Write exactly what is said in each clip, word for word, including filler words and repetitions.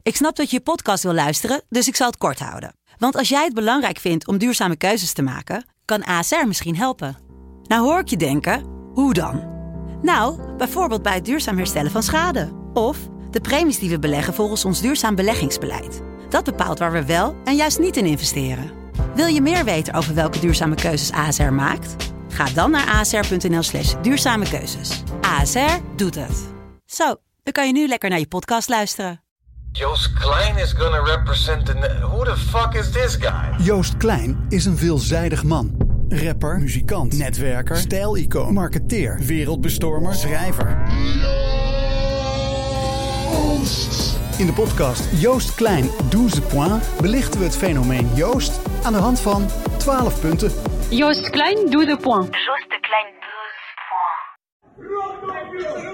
Ik snap dat je je podcast wil luisteren, dus ik zal het kort houden. Want als jij het belangrijk vindt om duurzame keuzes te maken, kan A S R misschien helpen. Nou hoor ik je denken, hoe dan? Nou, bijvoorbeeld bij het duurzaam herstellen van schade. Of de premies die we beleggen volgens ons duurzaam beleggingsbeleid. Dat bepaalt waar we wel en juist niet in investeren. Wil je meer weten over welke duurzame keuzes A S R maakt? Ga dan naar asr.nl slash duurzame keuzes. A S R doet het. Zo, dan kan je nu lekker naar je podcast luisteren. Joost Klein is gonna represent the... Who the fuck is this guy? Joost Klein is een veelzijdig man. Rapper, muzikant, netwerker, stijlicoon, marketeer, wereldbestormer, schrijver. In de podcast Joost Klein douze points belichten we het fenomeen Joost aan de hand van twaalf punten. Joost Klein douze points. Joost Klein douze points.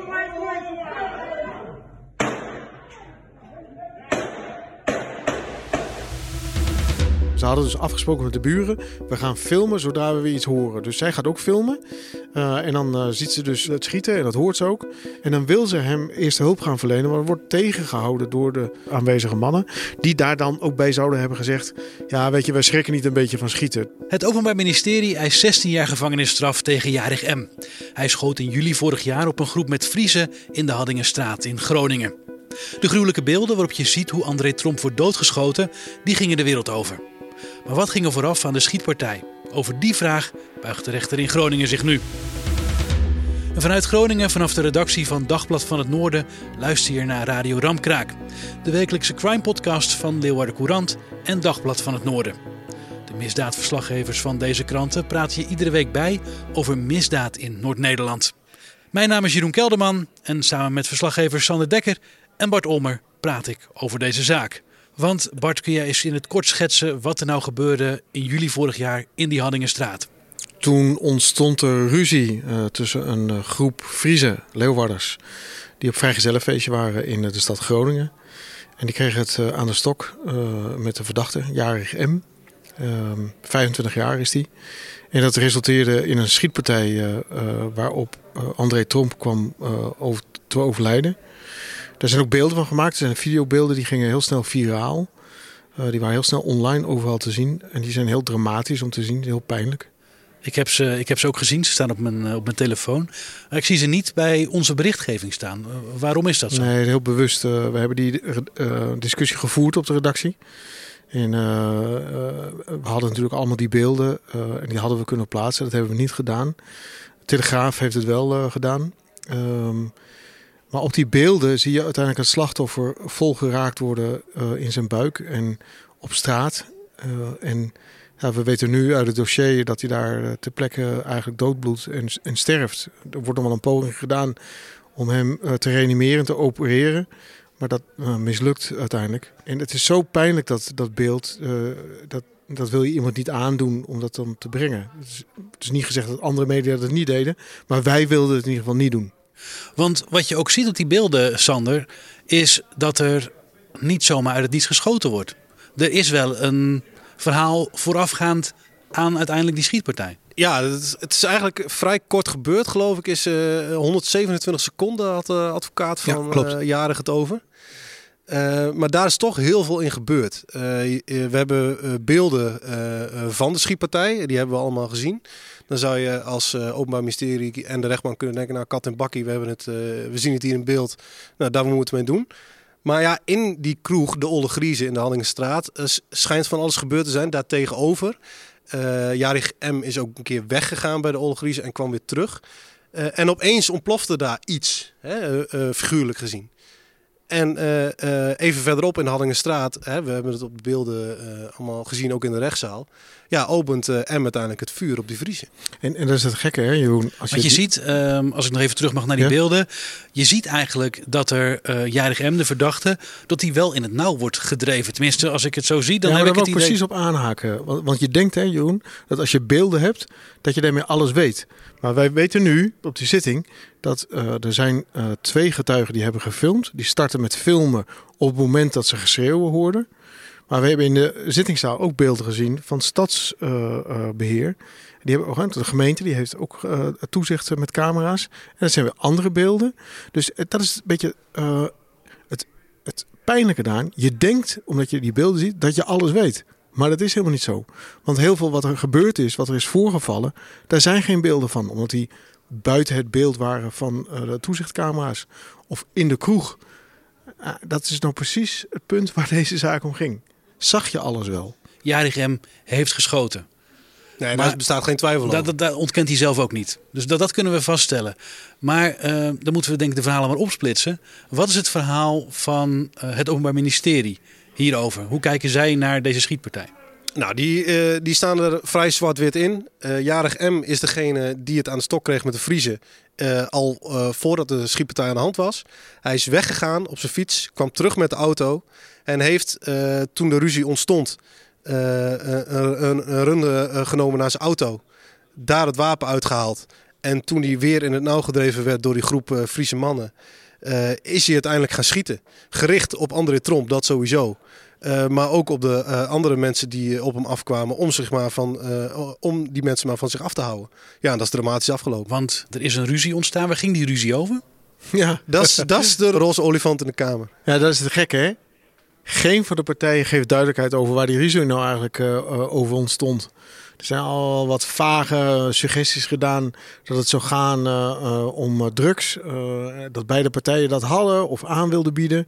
Ze hadden dus afgesproken met de buren. We gaan filmen zodra we weer iets horen. Dus zij gaat ook filmen. Uh, en dan uh, ziet ze dus het schieten en dat hoort ze ook. En dan wil ze hem eerste hulp gaan verlenen. Maar wordt tegengehouden door de aanwezige mannen. Die daar dan ook bij zouden hebben gezegd. Ja, weet je, wij schrikken niet een beetje van schieten. Het Openbaar Ministerie eist zestien jaar gevangenisstraf tegen Jarig M. Hij schoot in juli vorig jaar op een groep met Friezen in de Haddingenstraat in Groningen. De gruwelijke beelden waarop je ziet hoe André Tromp wordt doodgeschoten, die gingen de wereld over. Maar wat ging er vooraf aan de schietpartij? Over die vraag buigt de rechter in Groningen zich nu. En vanuit Groningen, vanaf de redactie van Dagblad van het Noorden, luister je naar Radio Ramkraak. De wekelijkse crime-podcast van Leeuwarden Courant en Dagblad van het Noorden. De misdaadverslaggevers van deze kranten praten je iedere week bij over misdaad in Noord-Nederland. Mijn naam is Jeroen Kelderman en samen met verslaggevers Sander Dekker en Bart Olmer praat ik over deze zaak. Want Bart, kun jij eens in het kort schetsen wat er nou gebeurde in juli vorig jaar in die Haddingenstraat? Toen ontstond er ruzie uh, tussen een uh, groep Friezen, Leeuwarders, die op vrijgezellenfeestje waren in uh, de stad Groningen. En die kregen het uh, aan de stok uh, met de verdachte, Jarig M. Uh, vijfentwintig jaar is die. En dat resulteerde in een schietpartij uh, uh, waarop uh, André Tromp kwam uh, over, te overlijden. Er zijn ook beelden van gemaakt. Er zijn videobeelden die gingen heel snel viraal. Uh, die waren heel snel online overal te zien. En die zijn heel dramatisch om te zien. Heel pijnlijk. Ik heb ze, ik heb ze ook gezien. Ze staan op mijn, op mijn telefoon. Maar ik zie ze niet bij onze berichtgeving staan. Uh, waarom is dat zo? Nee, heel bewust. Uh, we hebben die uh, discussie gevoerd op de redactie. En uh, uh, we hadden natuurlijk allemaal die beelden. Uh, en die hadden we kunnen plaatsen. Dat hebben we niet gedaan. De Telegraaf heeft het wel uh, gedaan. Um, Maar op die beelden zie je uiteindelijk het slachtoffer vol geraakt worden uh, in zijn buik en op straat. Uh, en ja, we weten nu uit het dossier dat hij daar uh, ter plekke eigenlijk doodbloedt en, en sterft. Er wordt nog wel een poging gedaan om hem uh, te reanimeren, te opereren. Maar dat uh, mislukt uiteindelijk. En het is zo pijnlijk dat, dat beeld, uh, dat, dat wil je iemand niet aandoen om dat dan te brengen. Het is, het is niet gezegd dat andere media dat niet deden, maar wij wilden het in ieder geval niet doen. Want wat je ook ziet op die beelden, Sander, is dat er niet zomaar uit het niets geschoten wordt. Er is wel een verhaal voorafgaand aan uiteindelijk die schietpartij. Ja, het is, het is eigenlijk vrij kort gebeurd, geloof ik. Is uh, honderdzevenentwintig seconden had de advocaat van ja, uh, Jarig het over. Uh, maar daar is toch heel veel in gebeurd. Uh, we hebben uh, beelden uh, van de schietpartij. Die hebben we allemaal gezien. Dan zou je als uh, Openbaar Ministerie en de rechtbank kunnen denken... nou, kat en bakkie, we, hebben het, uh, we zien het hier in beeld. Nou, daar moeten we mee doen. Maar ja, in die kroeg, de Olle Griezen in de Haddingenstraat... Uh, schijnt van alles gebeurd te zijn. Daartegenover. Uh, Jarig M. is ook een keer weggegaan bij de Olle Griezen en kwam weer terug. Uh, en opeens ontplofte daar iets, hè, uh, uh, figuurlijk gezien. En uh, uh, even verderop in de Haddingenstraat, hè, we hebben het op de beelden uh, allemaal gezien, ook in de rechtszaal. Ja, opent uh, M uiteindelijk het vuur op die Friezen. En, en dat is het gekke, hè, Jeroen? Als je, Want je die... ziet, um, als ik nog even terug mag naar die ja? beelden. Je ziet eigenlijk dat er uh, Jarig M, de verdachte, dat hij wel in het nauw wordt gedreven. Tenminste, als ik het zo zie, dan ja, heb ik het idee... idee... precies op aanhaken. Want, want je denkt, hè, Jeroen, dat als je beelden hebt, dat je daarmee alles weet. Maar wij weten nu, op die zitting, dat uh, er zijn uh, twee getuigen die hebben gefilmd. Die starten met filmen op het moment dat ze geschreeuwen hoorden. Maar we hebben in de zittingszaal ook beelden gezien van stadsbeheer. Uh, uh, die hebben ook, de gemeente die heeft ook uh, toezicht met camera's. En dat zijn weer andere beelden. Dus uh, dat is een beetje uh, het, het pijnlijke aan. Je denkt, omdat je die beelden ziet, dat je alles weet. Maar dat is helemaal niet zo. Want heel veel wat er gebeurd is, wat er is voorgevallen, daar zijn geen beelden van. Omdat die buiten het beeld waren van uh, de toezichtcamera's of in de kroeg. Uh, dat is nou precies het punt waar deze zaak om ging. Zag je alles wel? Jarig M. heeft geschoten. Nee, maar daar bestaat geen twijfel over. Dat, dat, dat ontkent hij zelf ook niet. Dus dat, dat kunnen we vaststellen. Maar uh, dan moeten we denk ik de verhalen maar opsplitsen. Wat is het verhaal van uh, het Openbaar Ministerie hierover? Hoe kijken zij naar deze schietpartij? Nou, die, uh, die staan er vrij zwart-wit in. Uh, Jarig M. is degene die het aan de stok kreeg met de Friese. Uh, al uh, voordat de schietpartij aan de hand was. Hij is weggegaan op zijn fiets, kwam terug met de auto. En heeft uh, toen de ruzie ontstond uh, een, een, een runde uh, genomen naar zijn auto. Daar het wapen uitgehaald. En toen hij weer in het nauw gedreven werd door die groep uh, Friese mannen. Uh, is hij uiteindelijk gaan schieten. Gericht op André Tromp, dat sowieso. Uh, maar ook op de uh, andere mensen die op hem afkwamen. Om, zich maar van, uh, om die mensen maar van zich af te houden. Ja, en dat is dramatisch afgelopen. Want er is een ruzie ontstaan. Waar ging die ruzie over? Ja, dat is, dat is de roze olifant in de kamer. Ja, dat is het gekke, hè? Geen van de partijen geeft duidelijkheid over waar die ruzie nou eigenlijk uh, over ontstond. Er zijn al wat vage suggesties gedaan dat het zou gaan uh, uh, om uh, drugs. Uh, dat beide partijen dat hadden of aan wilden bieden.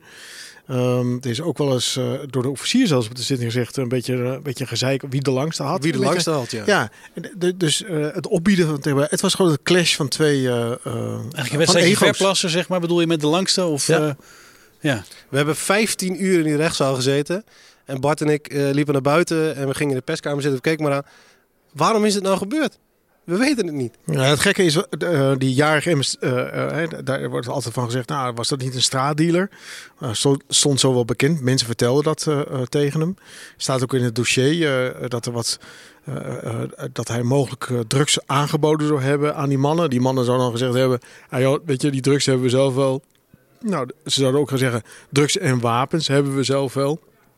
Um, er is ook wel eens uh, door de officier zelfs op de zitting gezegd een beetje, uh, een beetje gezeik wie de langste had. Wie de langste had, ja. Ja, de, dus uh, het opbieden van het was gewoon een clash van twee. Uh, uh, Eigenlijk een wedstrijdje verplassen, zeg maar. Bedoel je met de langste of? Ja. Uh, ja. We hebben vijftien uur in die rechtszaal gezeten en Bart en ik uh, liepen naar buiten en we gingen in de perskamer zitten. We keken maar aan. Waarom is het nou gebeurd? We weten het niet. Ja, het gekke is, uh, die Jarig M, uh, uh, daar wordt altijd van gezegd, nou, was dat niet een straatdealer? Uh, stond zo wel bekend. Mensen vertelden dat uh, uh, tegen hem. Staat ook in het dossier uh, dat er wat, uh, uh, dat hij mogelijk uh, drugs aangeboden zou hebben aan die mannen. Die mannen zouden dan gezegd hebben, ah, joh, weet je, die drugs hebben we zelf wel. Nou, ze zouden ook gaan zeggen, drugs en wapens hebben we zelf wel.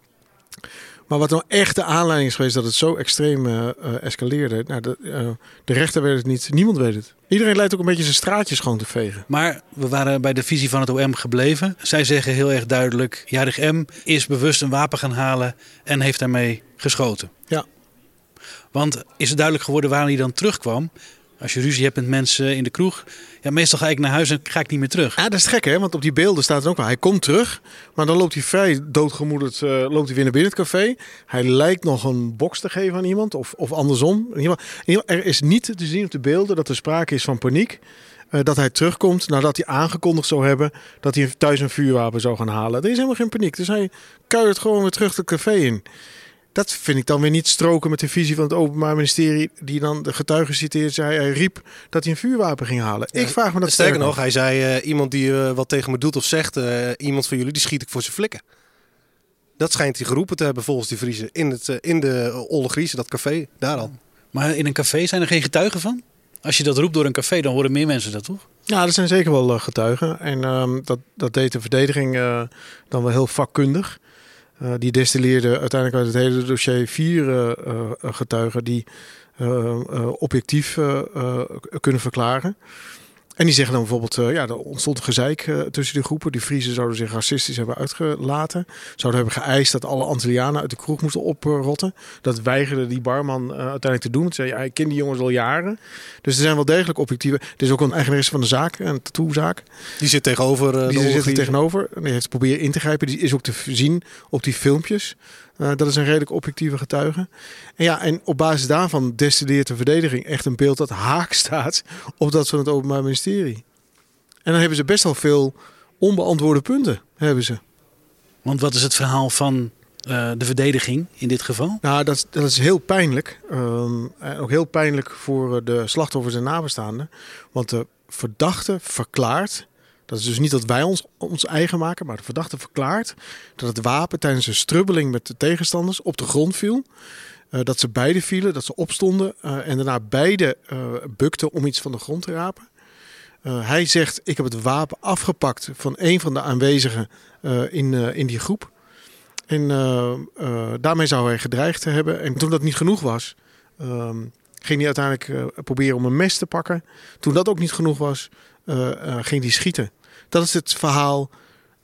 Maar wat nou echt de aanleiding is geweest dat het zo extreem uh, uh, escaleerde. Nou, de, uh, de rechter weet het niet. Niemand weet het. Iedereen lijkt ook een beetje zijn straatjes schoon te vegen. Maar we waren bij de visie van het O M gebleven. Zij zeggen heel erg duidelijk, Jarig M. is bewust een wapen gaan halen en heeft daarmee geschoten. Ja. Want is het duidelijk geworden waar hij dan terugkwam? Als je ruzie hebt met mensen in de kroeg, ja, meestal ga ik naar huis en ga ik niet meer terug. Ja, dat is gek, hè? Want op die beelden staat het ook wel. Hij komt terug, maar dan loopt hij vrij doodgemoederd uh, loopt hij weer naar binnen het café. Hij lijkt nog een box te geven aan iemand, of, of andersom. In ieder geval, er is niet te zien op de beelden dat er sprake is van paniek. Uh, dat hij terugkomt nadat hij aangekondigd zou hebben dat hij thuis een vuurwapen zou gaan halen. Er is helemaal geen paniek. Dus hij kuiert gewoon weer terug het café in. Dat vind ik dan weer niet stroken met de visie van het Openbaar Ministerie, die dan de getuigen citeert. Zei, hij riep dat hij een vuurwapen ging halen. Ja, ik vraag me dat sterker nog. Hij zei, uh, iemand die uh, wat tegen me doet of zegt, uh, iemand van jullie, die schiet ik voor zijn flikken. Dat schijnt hij geroepen te hebben volgens die Friese in, het, uh, in de Olle Griese, dat café, daar al. Maar in een café zijn er geen getuigen van? Als je dat roept door een café, dan horen meer mensen dat, toch? Ja, er zijn zeker wel uh, getuigen. En uh, dat, dat deed de verdediging uh, dan wel heel vakkundig. Uh, die destilleerde uiteindelijk uit het hele dossier vier uh, uh, getuigen die uh, uh, objectief uh, uh, kunnen verklaren. En die zeggen dan bijvoorbeeld, uh, ja, er ontstond gezeik uh, tussen de groepen. Die Friesen zouden zich racistisch hebben uitgelaten. Zouden hebben geëist dat alle Antillianen uit de kroeg moesten oprotten. Dat weigerde die barman uh, uiteindelijk te doen. Want zei, ja, ik ken die jongens al jaren. Dus er zijn wel degelijk objectieve. Er is ook een eigenares van de zaak, een tattoozaak. Die zit tegenover. Uh, die zit er tegenover. Die heeft proberen in te grijpen. Die is ook te zien op die filmpjes. Uh, dat is een redelijk objectieve getuige. En ja, en op basis daarvan destilleert de verdediging echt een beeld dat haak staat op dat van het Openbaar Ministerie. En dan hebben ze best wel veel onbeantwoorde punten, hebben ze. Want wat is het verhaal van uh, de verdediging in dit geval? Nou, dat, dat is heel pijnlijk. Um, en ook heel pijnlijk voor de slachtoffers en nabestaanden. Want de verdachte verklaart, dat is dus niet dat wij ons, ons eigen maken, maar de verdachte verklaart dat het wapen tijdens een strubbeling met de tegenstanders op de grond viel. Uh, dat ze beide vielen, dat ze opstonden uh, en daarna beide uh, bukten om iets van de grond te rapen. Uh, hij zegt, ik heb het wapen afgepakt van een van de aanwezigen uh, in, uh, in die groep. En uh, uh, daarmee zou hij gedreigd te hebben. En toen dat niet genoeg was, uh, ging hij uiteindelijk uh, proberen om een mes te pakken. Toen dat ook niet genoeg was, Uh, uh, ging die schieten. Dat is het verhaal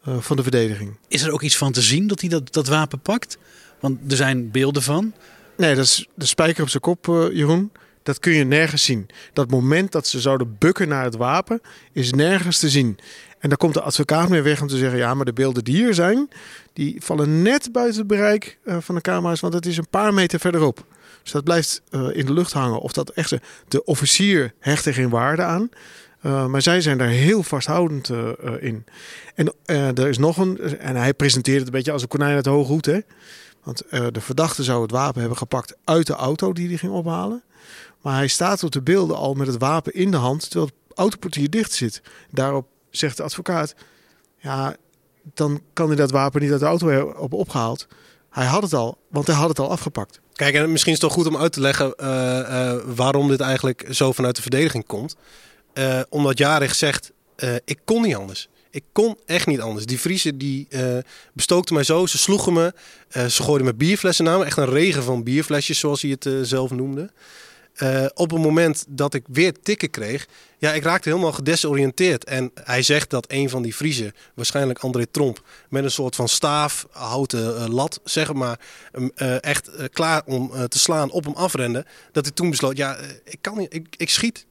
uh, van de verdediging. Is er ook iets van te zien dat hij dat, dat wapen pakt? Want er zijn beelden van. Nee, dat is de spijker op zijn kop, uh, Jeroen. Dat kun je nergens zien. Dat moment dat ze zouden bukken naar het wapen is nergens te zien. En daar komt de advocaat mee weg om te zeggen... ja, maar de beelden die hier zijn... die vallen net buiten het bereik uh, van de camera's... want het is een paar meter verderop. Dus dat blijft uh, in de lucht hangen. Of dat echt... De officier hecht er geen waarde aan. Uh, maar zij zijn daar heel vasthoudend uh, uh, in. En uh, er is nog een... en hij presenteert het een beetje als een konijn uit de hoge hoed, hè? Want uh, de verdachte zou het wapen hebben gepakt uit de auto die hij ging ophalen. Maar hij staat op de beelden al met het wapen in de hand... terwijl het autoportier dicht zit. Daarop zegt de advocaat... ja, dan kan hij dat wapen niet uit de auto op opgehaald. Hij had het al, want hij had het al afgepakt. Kijk, en misschien is het toch goed om uit te leggen... Uh, uh, waarom dit eigenlijk zo vanuit de verdediging komt. Uh, omdat Jarig zegt, uh, ik kon niet anders. Ik kon echt niet anders. Die Friese die uh, bestookten mij zo. Ze sloegen me. Uh, ze gooiden me bierflessen naar me. Echt een regen van bierflesjes, zoals hij het uh, zelf noemde. Uh, op het moment dat ik weer tikken kreeg... ja, ik raakte helemaal gedesoriënteerd. En hij zegt dat een van die Friese, waarschijnlijk André Tromp... met een soort van staaf, houten uh, lat, zeg maar... Uh, echt uh, klaar om uh, te slaan, op hem afrende... dat hij toen besloot, ja, uh, ik kan niet, ik, ik schiet...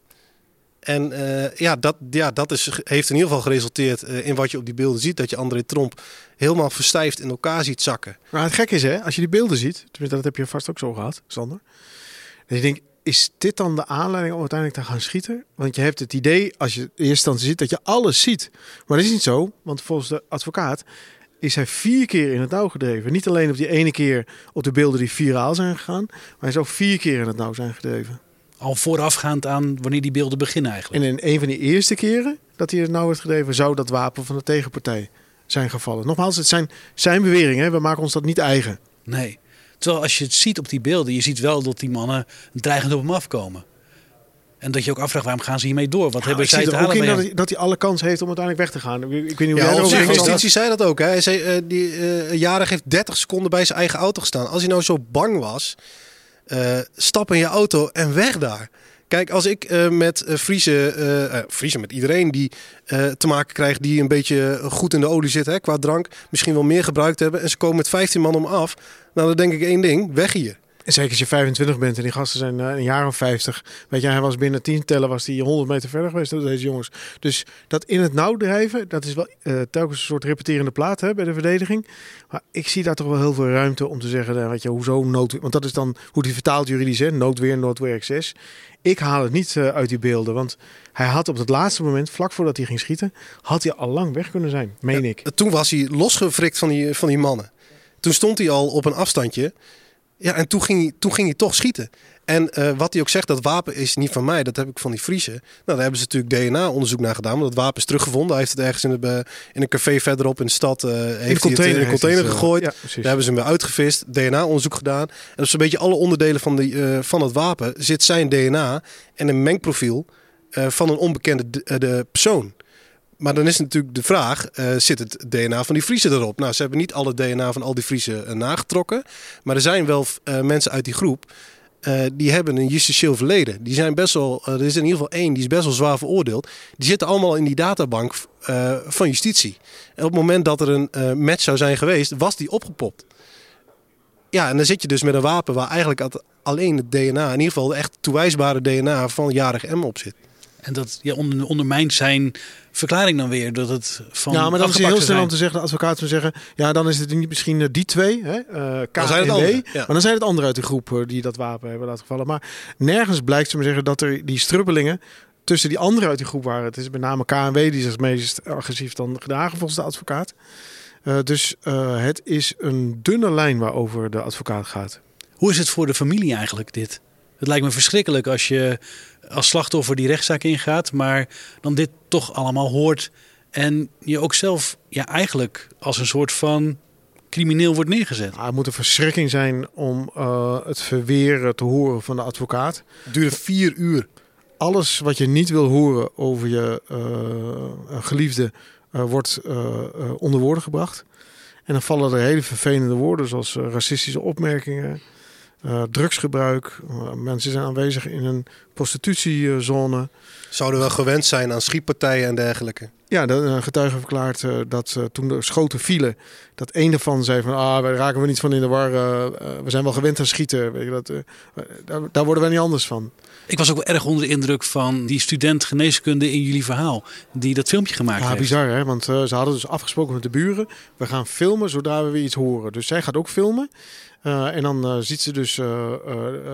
En uh, ja, dat, ja, dat is, heeft in ieder geval geresulteerd uh, in wat je op die beelden ziet. Dat je André Tromp helemaal verstijfd in elkaar ziet zakken. Maar het gekke is, hè, als je die beelden ziet... tenminste, dat heb je vast ook zo gehad, Sander. Dat je denkt, is dit dan de aanleiding om uiteindelijk te gaan schieten? Want je hebt het idee, als je in eerste instantie ziet, dat je alles ziet. Maar dat is niet zo, want volgens de advocaat... is hij vier keer in het nauw gedreven. Niet alleen op die ene keer op de beelden die viraal zijn gegaan... maar hij is ook vier keer in het nauw zijn gedreven. Al voorafgaand aan wanneer die beelden beginnen eigenlijk. En in een van die eerste keren dat hij het nauw werd gedreven... zou dat wapen van de tegenpartij zijn gevallen. Nogmaals, het zijn zijn beweringen. We maken ons dat niet eigen. Nee. Terwijl als je het ziet op die beelden... je ziet wel dat die mannen dreigend op hem afkomen. En dat je ook afvraagt, waarom gaan ze hiermee door? Wat ja, hebben zij te halen ook in bij dat hem? hij, dat hij alle kans heeft om uiteindelijk weg te gaan. Ik, ik weet niet hoe ja, jij of erover justitie zei dat ook. Hè? Hij zei, uh, die uh, Jarig heeft dertig seconden bij zijn eigen auto gestaan. Als hij nou zo bang was... Uh, stap in je auto en weg daar. Kijk, als ik uh, met uh, Friese, uh, uh, Friese, met iedereen die uh, te maken krijgt... die een beetje goed in de olie zit, hè, qua drank... misschien wel meer gebruikt hebben... en ze komen met vijftien man om af... nou, dan denk ik één ding, weg hier. En zeker als je vijfentwintig bent en die gasten zijn uh, een jaar of vijftig. Weet je, hij was binnen tien tellen was hij honderd meter verder geweest door deze jongens. Dus dat in het nauw drijven, dat is wel uh, telkens een soort repeterende plaat hè, bij de verdediging. Maar ik zie daar toch wel heel veel ruimte om te zeggen, uh, weet je, hoezo noodweer? Want dat is dan hoe die vertaalt juridisch, hè? Noodweer, noodweer excess. Ik haal het niet uh, uit die beelden, want hij had op het laatste moment, vlak voordat hij ging schieten, had hij al lang weg kunnen zijn, meen ja, ik. Toen was hij losgefrikt van die, van die mannen. Toen stond hij al op een afstandje. Ja, en toen ging hij, toen ging hij toch schieten. En uh, wat hij ook zegt, dat wapen is niet van mij. Dat heb ik van die Friese. Nou, daar hebben ze natuurlijk D N A-onderzoek naar gedaan. Want dat wapen is teruggevonden. Hij heeft het ergens in, het, in een café verderop in de stad... Uh, heeft in hij het in een container het, gegooid. Ja, daar hebben ze hem weer uitgevist. D N A-onderzoek gedaan. En op zo'n beetje alle onderdelen van, die, uh, van het wapen... zit zijn D N A en een mengprofiel uh, van een onbekende d- uh, de persoon. Maar dan is natuurlijk de vraag, uh, zit het D N A van die Friese erop? Nou, ze hebben niet alle D N A van al die Friese uh, nagetrokken. Maar er zijn wel uh, mensen uit die groep... Uh, die hebben een justitieel verleden. Die zijn best wel, uh, er is in ieder geval één, die is best wel zwaar veroordeeld. Die zitten allemaal in die databank uh, van justitie. En op het moment dat er een uh, match zou zijn geweest, was die opgepopt. Ja, en dan zit je dus met een wapen waar eigenlijk alleen het D N A... in ieder geval de echt toewijsbare D N A van Jarig M op zit. En dat ja, onder, ondermijnt zijn verklaring dan weer. Dat het van ja, maar dan is het heel snel zijn. om te zeggen, de advocaat zou zeggen... ja, dan is het niet misschien die twee, hè, uh, K en W. Ja. Maar dan zijn het anderen uit de groep uh, die dat wapen hebben laten vallen. Maar nergens blijkt, ze maar zeggen, dat er die strubbelingen... tussen die anderen uit die groep waren. Het is met name K en W die zich meest agressief dan gedragen volgens de advocaat. Uh, dus uh, het is een dunne lijn waarover de advocaat gaat. Hoe is het voor de familie eigenlijk dit? Het lijkt me verschrikkelijk als je als slachtoffer die rechtszaak ingaat, maar dan dit toch allemaal hoort en je ook zelf ja, eigenlijk als een soort van crimineel wordt neergezet. Ja, het moet een verschrikking zijn om uh, het verweer te horen van de advocaat. Het duurde vier uur. Alles wat je niet wil horen over je uh, geliefde uh, wordt uh, uh, onder woorden gebracht. En dan vallen er hele vervelende woorden zoals uh, racistische opmerkingen. Uh, drugsgebruik. Uh, mensen zijn aanwezig in een prostitutiezone. Zouden wel gewend zijn aan schietpartijen en dergelijke. Ja, de uh, getuige verklaart uh, dat uh, toen de schoten vielen, dat een ervan zei van, ah, wij raken we niet van in de war. Uh, uh, we zijn wel gewend aan schieten. Weet je, dat, uh, daar, daar worden wij niet anders van. Ik was ook wel erg onder de indruk van die student geneeskunde in jullie verhaal, die dat filmpje gemaakt ja, heeft. Bizar, hè? Want uh, ze hadden dus afgesproken met de buren. We gaan filmen zodra we weer iets horen. Dus zij gaat ook filmen. Uh, en dan uh, ziet ze dus uh, uh,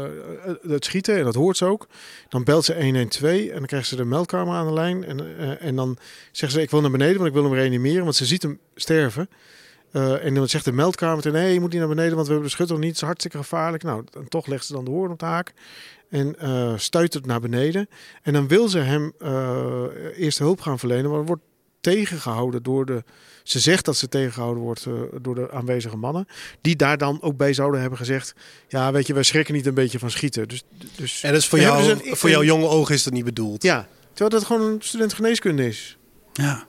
uh, het schieten en dat hoort ze ook. Dan belt ze honderdtwaalf en dan krijgt ze de meldkamer aan de lijn. En, uh, en dan zegt ze, ik wil naar beneden, want ik wil hem reanimeren. Want ze ziet hem sterven. Uh, en dan zegt de meldkamer tegen, nee, je moet niet naar beneden, want we hebben de schut nog niet. Het is hartstikke gevaarlijk. Nou, en toch legt ze dan de hoorn op de haak. En uh, stuit het naar beneden. En dan wil ze hem uh, eerste hulp gaan verlenen, maar wordt tegengehouden door de... Ze zegt dat ze tegengehouden wordt uh, door de aanwezige mannen. Die daar dan ook bij zouden hebben gezegd... Ja, weet je, wij schrikken niet een beetje van schieten. Dus, dus, en dus voor, jou, dus een, voor jouw jonge ogen is dat niet bedoeld? Ja, terwijl dat gewoon een student geneeskunde is. Ja,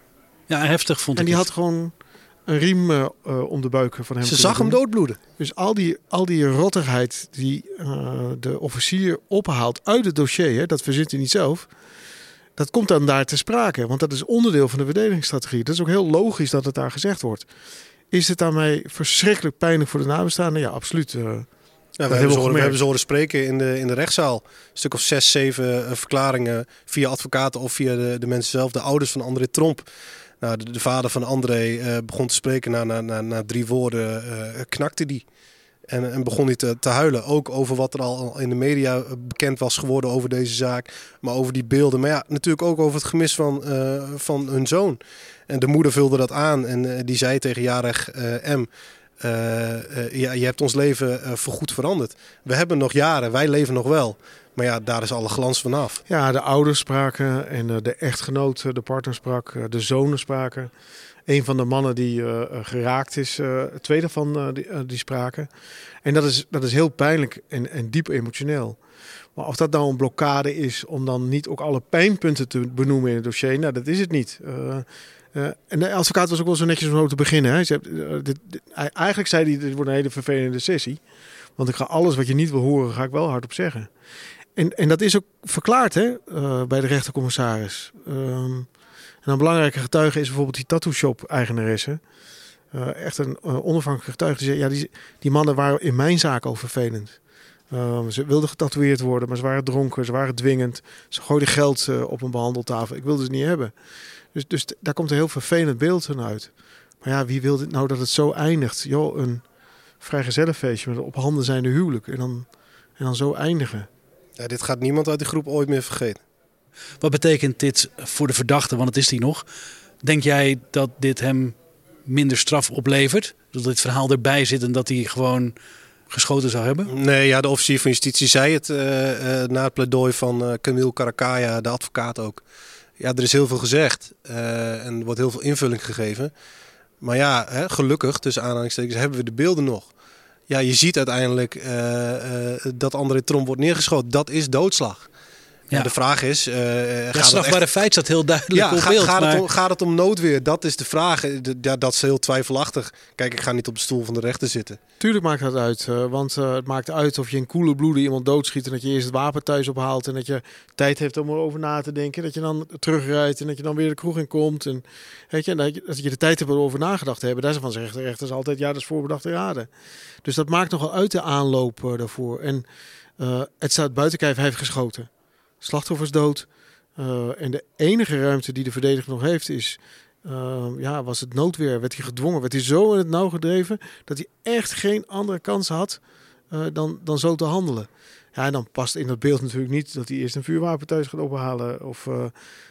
ja heftig vond en ik die het. had gewoon een riem uh, uh, om de buik van hem. Ze zag hem doodbloeden. Dus al die, al die rottigheid die uh, de officier ophaalt uit het dossier... Hè, dat verzint hij niet zelf... Dat komt dan daar te sprake, want dat is onderdeel van de verdedigingsstrategie. Dat is ook heel logisch dat het daar gezegd wordt. Is het daarmee verschrikkelijk pijnlijk voor de nabestaanden? Ja, absoluut. Uh, ja, we, hebben ze horen, we hebben ze horen spreken in de, in de rechtszaal. Een stuk of zes, zeven uh, verklaringen via advocaten of via de, de mensen zelf. De ouders van André Tromp. Nou, de, de vader van André uh, begon te spreken. Na, na, na, na drie woorden uh, knakte die. En, en begon hij te, te huilen. Ook over wat er al in de media bekend was geworden over deze zaak. Maar over die beelden. Maar ja, natuurlijk ook over het gemis van, uh, van hun zoon. En de moeder vulde dat aan. En uh, die zei tegen jarig uh, M... Uh, uh, ja, je hebt ons leven uh, voorgoed veranderd. We hebben nog jaren. Wij leven nog wel. Maar ja, daar is alle glans vanaf. Ja, de ouders spraken. En uh, de echtgenoot, de partner sprak. Uh, de zonen spraken. Een van de mannen die uh, geraakt is, uh, twee daarvan uh, die, uh, die spraken. En dat is, dat is heel pijnlijk en, en diep emotioneel. Maar of dat nou een blokkade is om dan niet ook alle pijnpunten te benoemen in het dossier, nou, dat is het niet. Uh, uh, en de advocaat was ook wel zo netjes om te beginnen. Hè. Zei, uh, dit, dit, eigenlijk zei hij, dit wordt een hele vervelende sessie. Want ik ga alles wat je niet wil horen, ga ik wel hardop zeggen. En, en dat is ook verklaard hè, uh, bij de rechtercommissaris. Um, En een belangrijke getuige is bijvoorbeeld die tattoo shop eigenaresse. Uh, echt een uh, onafhankelijke getuige. Die zei, ja, die, die mannen waren in mijn zaak al vervelend. Uh, ze wilden getatoeëerd worden, maar ze waren dronken, ze waren dwingend. Ze gooiden geld uh, op een behandeltafel. Ik wilde ze niet hebben. Dus, dus t- daar komt een heel vervelend beeld van uit. Maar ja, wie wil dit nou dat het zo eindigt? Joh, een vrijgezellenfeestje met een op handen zijnde huwelijk. En dan, en dan zo eindigen. Ja, dit gaat niemand uit die groep ooit meer vergeten. Wat betekent dit voor de verdachte, want het is die nog? Denk jij dat dit hem minder straf oplevert? Dat dit verhaal erbij zit en dat hij gewoon geschoten zou hebben? Nee, ja, de officier van justitie zei het uh, uh, na het pleidooi van uh, Camille Karakaya, de advocaat ook. Ja, er is heel veel gezegd uh, en er wordt heel veel invulling gegeven. Maar ja, hè, gelukkig, tussen aanhalingstekens, hebben we de beelden nog. Ja, je ziet uiteindelijk uh, uh, dat André Tromp wordt neergeschoten. Dat is doodslag. Ja. De vraag is... Uh, ja, strafbare echt... feit staat heel duidelijk ja, op ga, beeld. Gaat, maar... het om, gaat het om noodweer? Dat is de vraag. Ja, dat is heel twijfelachtig. Kijk, ik ga niet op de stoel van de rechter zitten. Tuurlijk maakt dat uit. Uh, want uh, het maakt uit of je in koele bloeden iemand doodschiet... en dat je eerst het wapen thuis ophaalt... en dat je tijd heeft om erover na te denken. Dat je dan terugrijdt en dat je dan weer de kroeg in komt. En, weet je, dat, je, dat je de tijd hebt om erover nagedacht te hebben. Daarvan zegt de rechters altijd... ja, dat is voorbedachte raden. Dus dat maakt nogal uit de aanloop uh, daarvoor. En uh, het staat buiten kijf, hij heeft geschoten. Slachtoffers dood. Uh, en de enige ruimte die de verdediger nog heeft is... Uh, ja, was het noodweer. Werd hij gedwongen. Werd hij zo in het nauw gedreven... dat hij echt geen andere kans had... Uh, dan, dan zo te handelen. Ja, en dan past in dat beeld natuurlijk niet... dat hij eerst een vuurwapen thuis gaat ophalen. Of, uh,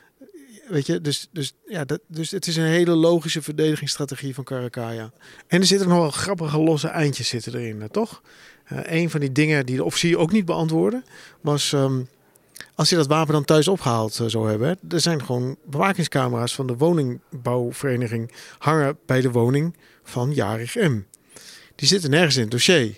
weet je, dus, dus, ja, dat, dus het is een hele logische verdedigingsstrategie van Karakaya. En er zitten nog wel grappige losse eindjes zitten erin, uh, toch? Uh, een van die dingen die de officier ook niet beantwoordde... was... Um, Als je dat wapen dan thuis opgehaald uh, zou hebben... Hè, er zijn gewoon bewakingscamera's van de woningbouwvereniging... hangen bij de woning van jarig M. Die zitten nergens in het dossier.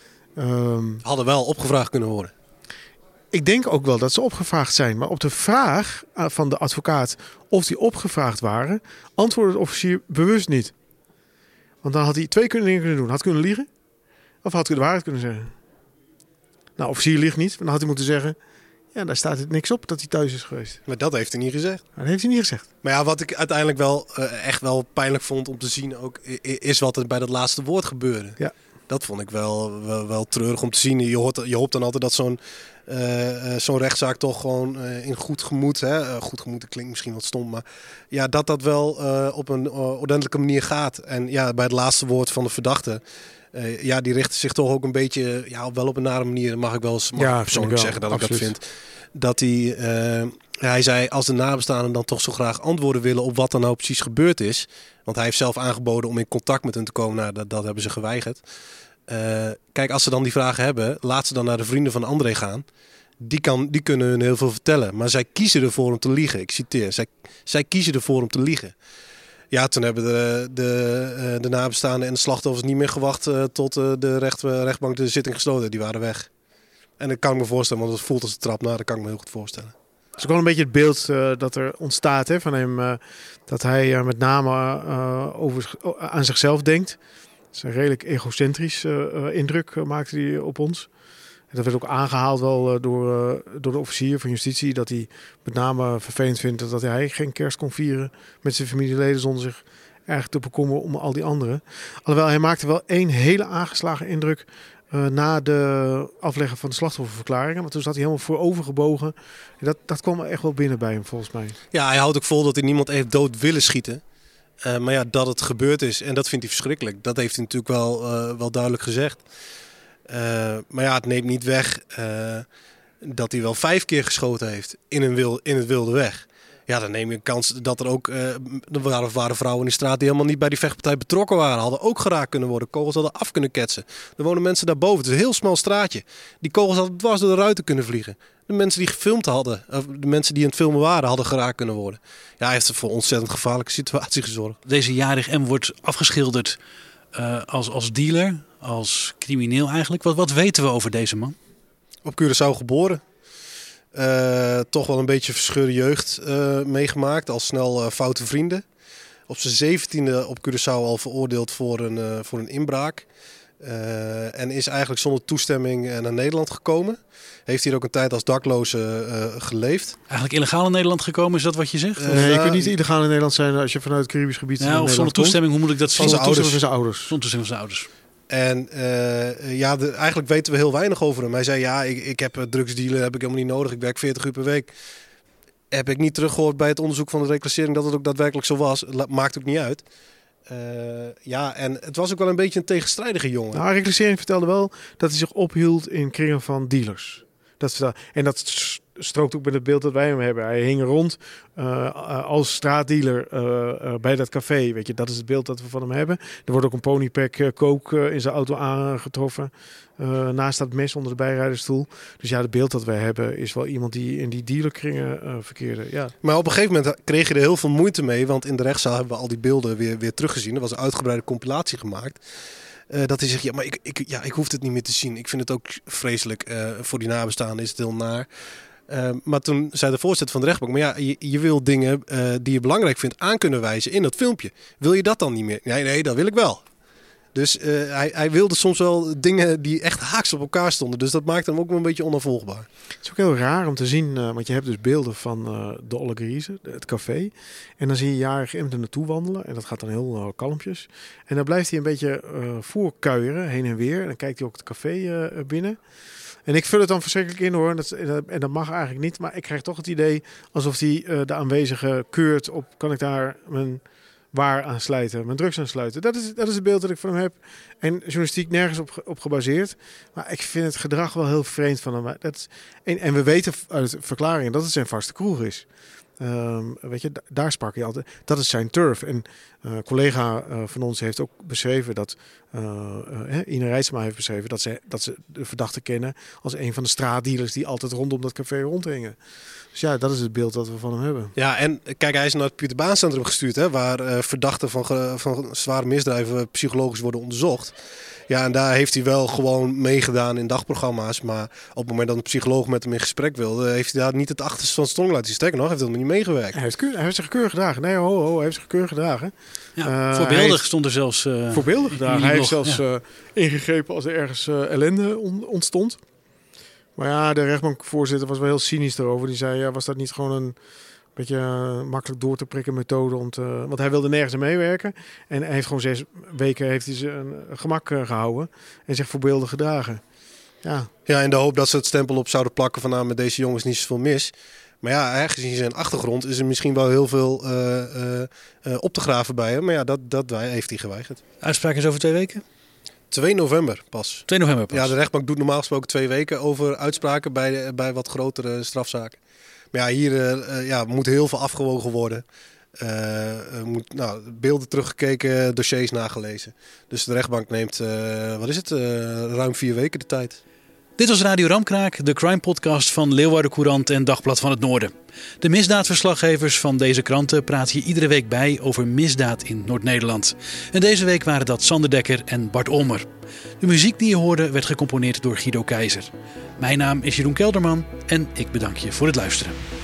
Um, Hadden wel opgevraagd kunnen worden. Ik denk ook wel dat ze opgevraagd zijn. Maar op de vraag uh, van de advocaat of die opgevraagd waren... antwoordde de officier bewust niet. Want dan had hij twee dingen kunnen doen. Had kunnen liegen of had hij de waarheid kunnen zeggen. Nou, officier liegt niet. Dan had hij moeten zeggen... Ja, daar staat het niks op dat hij thuis is geweest. Maar dat heeft hij niet gezegd. Dat heeft hij niet gezegd. Maar ja, wat ik uiteindelijk wel uh, echt wel pijnlijk vond om te zien ook, is wat er bij dat laatste woord gebeurde. Ja. Dat vond ik wel, wel, wel treurig om te zien. Je hoopt, je hoopt dan altijd dat zo'n, uh, zo'n rechtszaak toch gewoon uh, in goed gemoed... Hè? Uh, goed gemoed, dat klinkt misschien wat stom, maar... Ja, dat dat wel uh, op een uh, ordentelijke manier gaat. En ja, bij het laatste woord van de verdachte... Uh, ja, die richten zich toch ook een beetje... Ja, wel op een nare manier, mag ik wel eens mag ja, persoonlijk wel, zeggen dat absoluut. ik dat vind. Dat hij... Uh, hij zei, als de nabestaanden dan toch zo graag antwoorden willen op wat er nou precies gebeurd is. Want hij heeft zelf aangeboden om in contact met hen te komen. Nou, dat, dat hebben ze geweigerd. Uh, kijk, als ze dan die vragen hebben, laat ze dan naar de vrienden van André gaan. Die, kan, die kunnen hun heel veel vertellen. Maar zij kiezen ervoor om te liegen. Ik citeer. Zij, zij kiezen ervoor om te liegen. Ja, toen hebben de, de, de nabestaanden en de slachtoffers niet meer gewacht uh, tot uh, de recht, uh, rechtbank de zitting gesloten. Die waren weg. En dat kan ik me voorstellen, want het voelt als een trap. Nou, dat kan ik me heel goed voorstellen. Het is ook wel een beetje het beeld uh, dat er ontstaat hè, van hem. Uh, dat hij uh, met name uh, over, uh, aan zichzelf denkt. Het is een redelijk egocentrisch uh, uh, indruk uh, maakte hij op ons. En dat werd ook aangehaald wel uh, door, uh, door de officier van justitie. Dat hij met name vervelend vindt dat, dat hij geen kerst kon vieren met zijn familieleden zonder zich erg te bekommeren om al die anderen. Alhoewel hij maakte wel één hele aangeslagen indruk uh, na de afleggen van de slachtofferverklaringen. Want toen zat hij helemaal voorovergebogen. En dat, dat kwam echt wel binnen bij hem volgens mij. Ja, hij houdt ook vol dat hij niemand heeft dood willen schieten. Uh, maar ja, dat het gebeurd is en dat vindt hij verschrikkelijk. Dat heeft hij natuurlijk wel, uh, wel duidelijk gezegd. Uh, maar ja, het neemt niet weg uh, dat hij wel vijf keer geschoten heeft in, een wil, in het wilde weg. Ja, dan neem je een kans dat er ook... Uh, er waren, waren vrouwen in de straat die helemaal niet bij die vechtpartij betrokken waren. Hadden ook geraakt kunnen worden. Kogels hadden af kunnen ketsen. Er wonen mensen daarboven. Het is een heel smal straatje. Die kogels hadden dwars door de ruiten kunnen vliegen. De mensen die gefilmd hadden, of de mensen die in het filmen waren, hadden geraakt kunnen worden. Ja, hij heeft er voor een ontzettend gevaarlijke situatie gezorgd. Deze Jahrig M wordt afgeschilderd uh, als, als dealer, als crimineel eigenlijk. Wat, wat weten we over deze man? Op Curaçao geboren. Uh, toch wel een beetje verscheurde jeugd uh, meegemaakt. Al snel uh, foute vrienden. Op zijn zeventiende op Curaçao al veroordeeld voor een, uh, voor een inbraak. Uh, en is eigenlijk zonder toestemming uh, naar Nederland gekomen. Heeft hier ook een tijd als dakloze uh, geleefd. Eigenlijk illegaal in Nederland gekomen, is dat wat je zegt? Uh, nee, je kunt niet illegaal in Nederland zijn als je vanuit het Caribisch gebied... Ja, of zonder toestemming, hoe moet ik dat zien? Zonder toestemming van zijn ouders. Zonder toestemming van zijn ouders. En uh, ja, de, eigenlijk weten we heel weinig over hem. Hij zei, ja, ik, ik heb drugsdealen, heb ik helemaal niet nodig. Ik werk veertig uur per week. Heb ik niet teruggehoord bij het onderzoek van de reclassering dat het ook daadwerkelijk zo was. Maakt ook niet uit. Uh, ja, en het was ook wel een beetje een tegenstrijdige jongen. Nou, reclassering vertelde wel dat hij zich ophield in kringen van dealers. Dat, en dat strookt ook met het beeld dat wij hem hebben. Hij hing rond uh, als straatdealer uh, uh, bij dat café. Weet je, dat is het beeld dat we van hem hebben. Er wordt ook een ponypack uh, coke uh, in zijn auto aangetroffen. Uh, naast dat mes onder de bijrijdersstoel. Dus ja, het beeld dat wij hebben is wel iemand die in die dealerkringen uh, verkeerde. Ja. Maar op een gegeven moment kreeg je er heel veel moeite mee. Want in de rechtszaal hebben we al die beelden weer, weer teruggezien. Er was een uitgebreide compilatie gemaakt. Uh, dat hij zegt, ja, maar ik, ik, ja, ik hoef het niet meer te zien. Ik vind het ook vreselijk. Uh, voor die nabestaanden is het heel naar. Uh, maar toen zei de voorzitter van de rechtbank, maar ja, je, je wil dingen uh, die je belangrijk vindt aan kunnen wijzen in dat filmpje. Wil je dat dan niet meer? Nee, nee, dat wil ik wel. Dus uh, hij, hij wilde soms wel dingen die echt haaks op elkaar stonden. Dus dat maakte hem ook wel een beetje onafvolgbaar. Het is ook heel raar om te zien, uh, want je hebt dus beelden van uh, de Olle Grieze, het café. En dan zie je Jahrig M er naartoe wandelen. En dat gaat dan heel uh, kalmpjes. En dan blijft hij een beetje uh, voorkuieren, heen en weer. En dan kijkt hij ook het café uh, binnen. En ik vul het dan verschrikkelijk in hoor. Dat, en dat mag eigenlijk niet. Maar ik krijg toch het idee alsof hij uh, de aanwezigen keurt op, kan ik daar mijn waar aan sluiten, mijn drugs aan sluiten. Dat is, dat is het beeld dat ik van hem heb. En journalistiek nergens op, op gebaseerd. Maar ik vind het gedrag wel heel vreemd van hem. Dat is, en, en we weten uit verklaringen dat het zijn vaste kroeg is. Um, weet je, d- daar sprak hij altijd. Dat is zijn turf. En een uh, collega uh, van ons heeft ook beschreven dat uh, uh, Ine Rijtsma heeft beschreven dat ze, dat ze de verdachte kennen als een van de straatdealers die altijd rondom dat café rondhingen. Dus ja, dat is het beeld dat we van hem hebben. Ja, en kijk, hij is naar het Pieter Baan Centrum gestuurd, hè, waar uh, verdachten van, ge, van zware misdrijven psychologisch worden onderzocht. Ja, en daar heeft hij wel gewoon meegedaan in dagprogramma's. Maar op het moment dat een psycholoog met hem in gesprek wilde, heeft hij daar niet het achterste van zijn tong laten zien. Sterker nog, heeft hij helemaal niet meegewerkt. Hij heeft, keur, hij heeft zich keurig gedragen. Nee, ho, ho, hij heeft zich keurig gedragen. Ja, uh, voorbeeldig heeft, stond er zelfs... Uh, voorbeeldig gedragen. Hij heeft nog, zelfs ja. uh, ingegrepen als er ergens uh, ellende on, ontstond. Maar ja, de rechtbankvoorzitter was wel heel cynisch erover. Die zei, ja, was dat niet gewoon een beetje uh, makkelijk door te prikken methode? Om te, want hij wilde nergens aan meewerken. En hij heeft gewoon zes weken heeft hij zijn gemak uh, gehouden. En zich voorbeeldig gedragen. Ja. ja, in de hoop dat ze het stempel op zouden plakken van nou, met deze jongens niet zoveel mis. Maar ja, gezien zijn achtergrond is er misschien wel heel veel uh, uh, uh, op te graven bij hem. Maar ja, dat, dat heeft hij geweigerd. Uitspraak is over twee weken? twee november pas. twee november pas. Ja, de rechtbank doet normaal gesproken twee weken over uitspraken bij, de, bij wat grotere strafzaken. Maar ja, hier uh, ja, moet heel veel afgewogen worden. Uh, moet, nou, beelden teruggekeken, dossiers nagelezen. Dus de rechtbank neemt, uh, wat is het, uh, ruim vier weken de tijd. Dit was Radio Ramkraak, de crime-podcast van Leeuwarden Courant en Dagblad van het Noorden. De misdaadverslaggevers van deze kranten praten hier iedere week bij over misdaad in Noord-Nederland. En deze week waren dat Sander Dekker en Bart Olmer. De muziek die je hoorde werd gecomponeerd door Guido Keizer. Mijn naam is Jeroen Kelderman en ik bedank je voor het luisteren.